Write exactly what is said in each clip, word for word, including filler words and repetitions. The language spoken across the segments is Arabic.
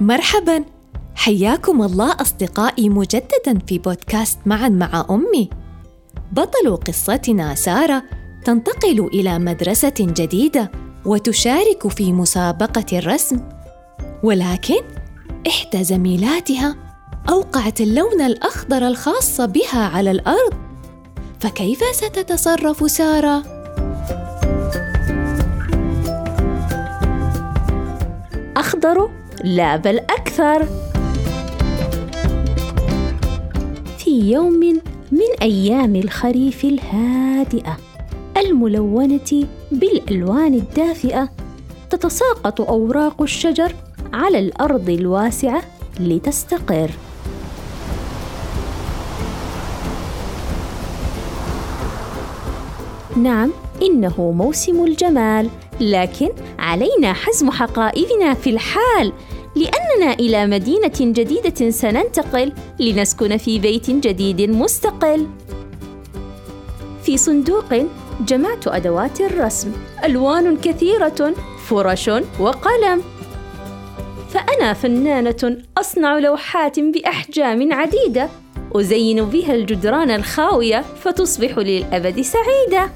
مرحباً، حياكم الله أصدقائي مجدداً في بودكاست معاً مع أمي. بطل قصتنا سارة تنتقل إلى مدرسة جديدة وتشارك في مسابقة الرسم، ولكن إحدى زميلاتها أوقعت اللون الأخضر الخاص بها على الأرض، فكيف ستتصرف سارة؟ أخضر؟ لا بل أكثر. في يوم من أيام الخريف الهادئة الملونة بالألوان الدافئة، تتساقط أوراق الشجر على الأرض الواسعة لتستقر. نعم، إنه موسم الجمال، لكن علينا حزم حقائبنا في الحال، لأننا إلى مدينة جديدة سننتقل لنسكن في بيت جديد مستقل. في صندوق جمعت أدوات الرسم، ألوان كثيرة، فرش وقلم. فأنا فنانة أصنع لوحات بأحجام عديدة، أزين بها الجدران الخاوية فتصبح للأبد سعيدة.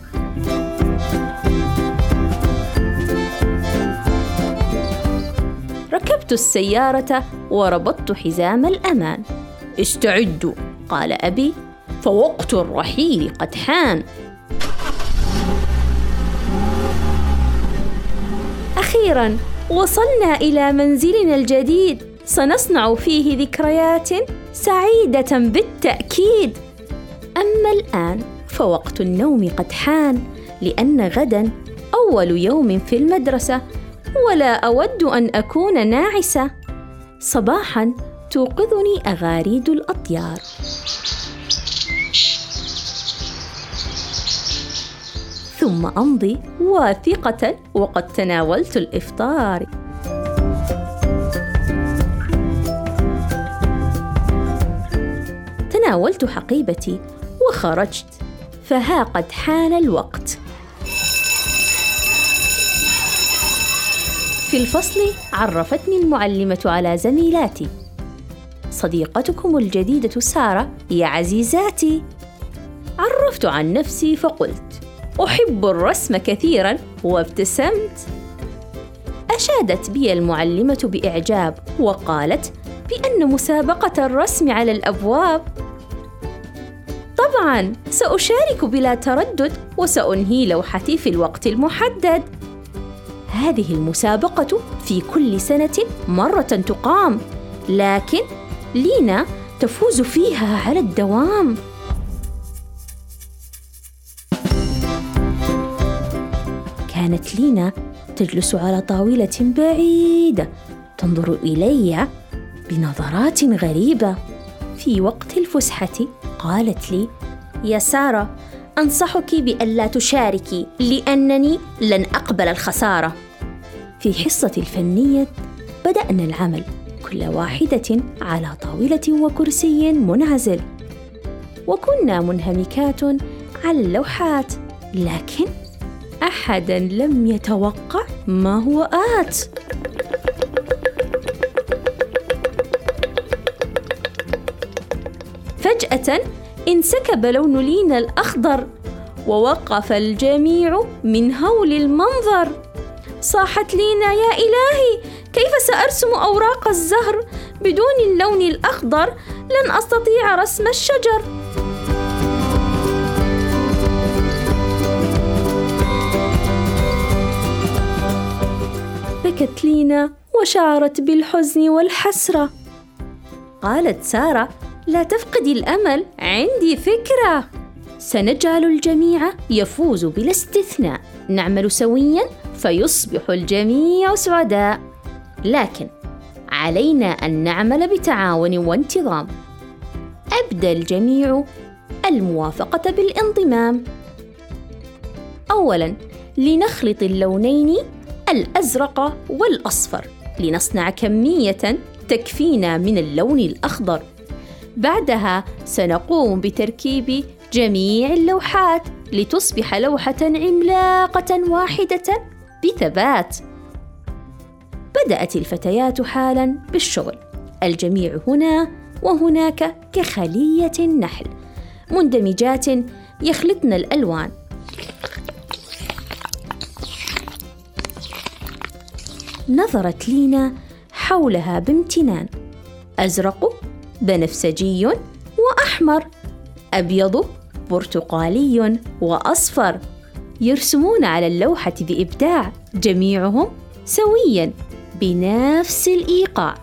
ركبت السيارة وربطت حزام الأمان. استعدوا، قال أبي، فوقت الرحيل قد حان. أخيراً وصلنا إلى منزلنا الجديد، سنصنع فيه ذكريات سعيدة بالتأكيد. أما الآن فوقت النوم قد حان، لأن غداً أول يوم في المدرسة، ولا أود أن أكون ناعسة. صباحاً توقظني أغاريد الأطيار. ثم أمضي واثقة وقد تناولت الإفطار. تناولت حقيبتي وخرجت، فها قد حان الوقت. في الفصل عرفتني المعلمة على زميلاتي. صديقتكم الجديدة سارة يا عزيزاتي. عرفت عن نفسي فقلت أحب الرسم كثيراً، وابتسمت. أشادت بي المعلمة بإعجاب وقالت بأن مسابقة الرسم على الأبواب. طبعاً سأشارك بلا تردد، وسأنهي لوحتي في الوقت المحدد. هذه المسابقة في كل سنة مرة تقام، لكن لينا تفوز فيها على الدوام. كانت لينا تجلس على طاولة بعيدة تنظر إلي بنظرات غريبة. في وقت الفسحة قالت لي: يا سارة، أنصحك بألا تشاركي، لأنني لن أقبل الخسارة. في حصة الفنية بدأنا العمل، كل واحدة على طاولة وكرسي منعزل، وكنا منهمكات على اللوحات، لكن أحداً لم يتوقع ما هو آت. فجأة انسكب لون لينا الأخضر، ووقف الجميع من هول المنظر. صاحت لينا: يا إلهي، كيف سأرسم أوراق الزهر بدون اللون الأخضر؟ لن أستطيع رسم الشجر. بكت لينا وشعرت بالحزن والحسرة. قالت سارة: لا تفقدي الأمل، عندي فكرة. سنجعل الجميع يفوز بلا استثناء، نعمل سوياً فيصبح الجميع سعداء، لكن علينا أن نعمل بتعاون وانتظام. أبدى الجميع الموافقة بالانضمام. أولاً لنخلط اللونين الأزرق والأصفر لنصنع كمية تكفينا من اللون الأخضر. بعدها سنقوم بتركيب جميع اللوحات لتصبح لوحة عملاقة واحدة بثبات. بدأت الفتيات حالاً بالشغل، الجميع هنا وهناك كخلية النحل، مندمجات يخلطن الألوان. نظرت لينا حولها بامتنان، أزرق، بنفسجي، وأحمر، أبيض، برتقالي، وأصفر، يرسمون على اللوحة بإبداع، جميعهم سوياً بنفس الإيقاع.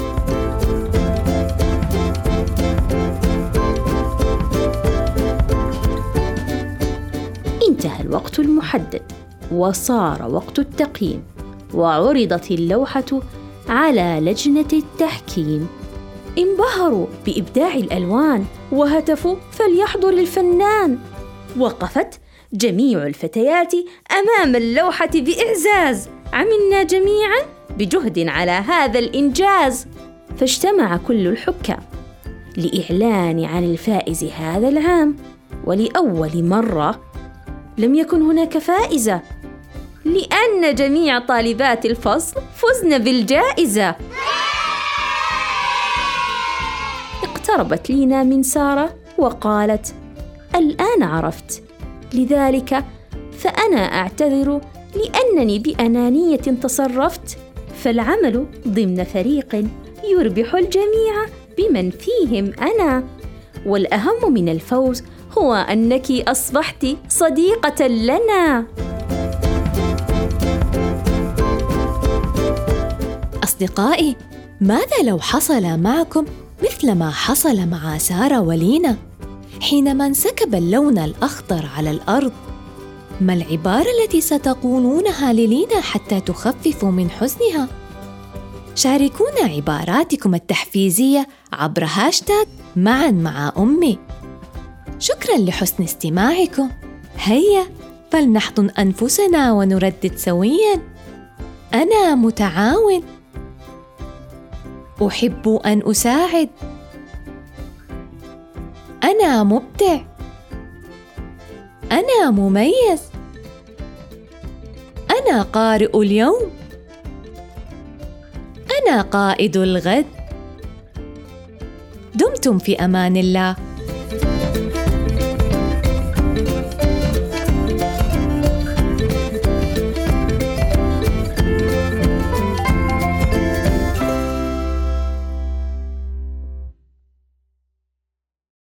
انتهى الوقت المحدد وصار وقت التقييم، وعرضت اللوحة على لجنة التحكيم. انبهروا بإبداع الألوان وهتفوا فليحضر الفنان. وقفت جميع الفتيات أمام اللوحة بإعزاز. عملنا جميعاً بجهد على هذا الإنجاز. فاجتمع كل الحكام لإعلان عن الفائز هذا العام، ولأول مرة لم يكن هناك فائزة، لأن جميع طالبات الفصل فزن بالجائزة. اقتربت لينا من سارة وقالت: الآن عرفت، لذلك فأنا أعتذر لأنني بأنانية تصرفت، فالعمل ضمن فريق يربح الجميع بمن فيهم أنا، والأهم من الفوز هو أنك أصبحت صديقة لنا. أصدقائي، ماذا لو حصل معكم مثل ما حصل مع سارة ولينا حينما انسكب اللون الأخضر على الأرض؟ ما العبارة التي ستقولونها للينا حتى تخففوا من حزنها؟ شاركونا عباراتكم التحفيزية عبر هاشتاغ معاً مع أمي. شكراً لحسن استماعكم. هيا فلنحضن أنفسنا ونردد سوياً: أنا متعاون، أحب أن أساعد، أنا مبدع، أنا مميز، أنا قارئ اليوم، أنا قائد الغد. دمتم في أمان الله.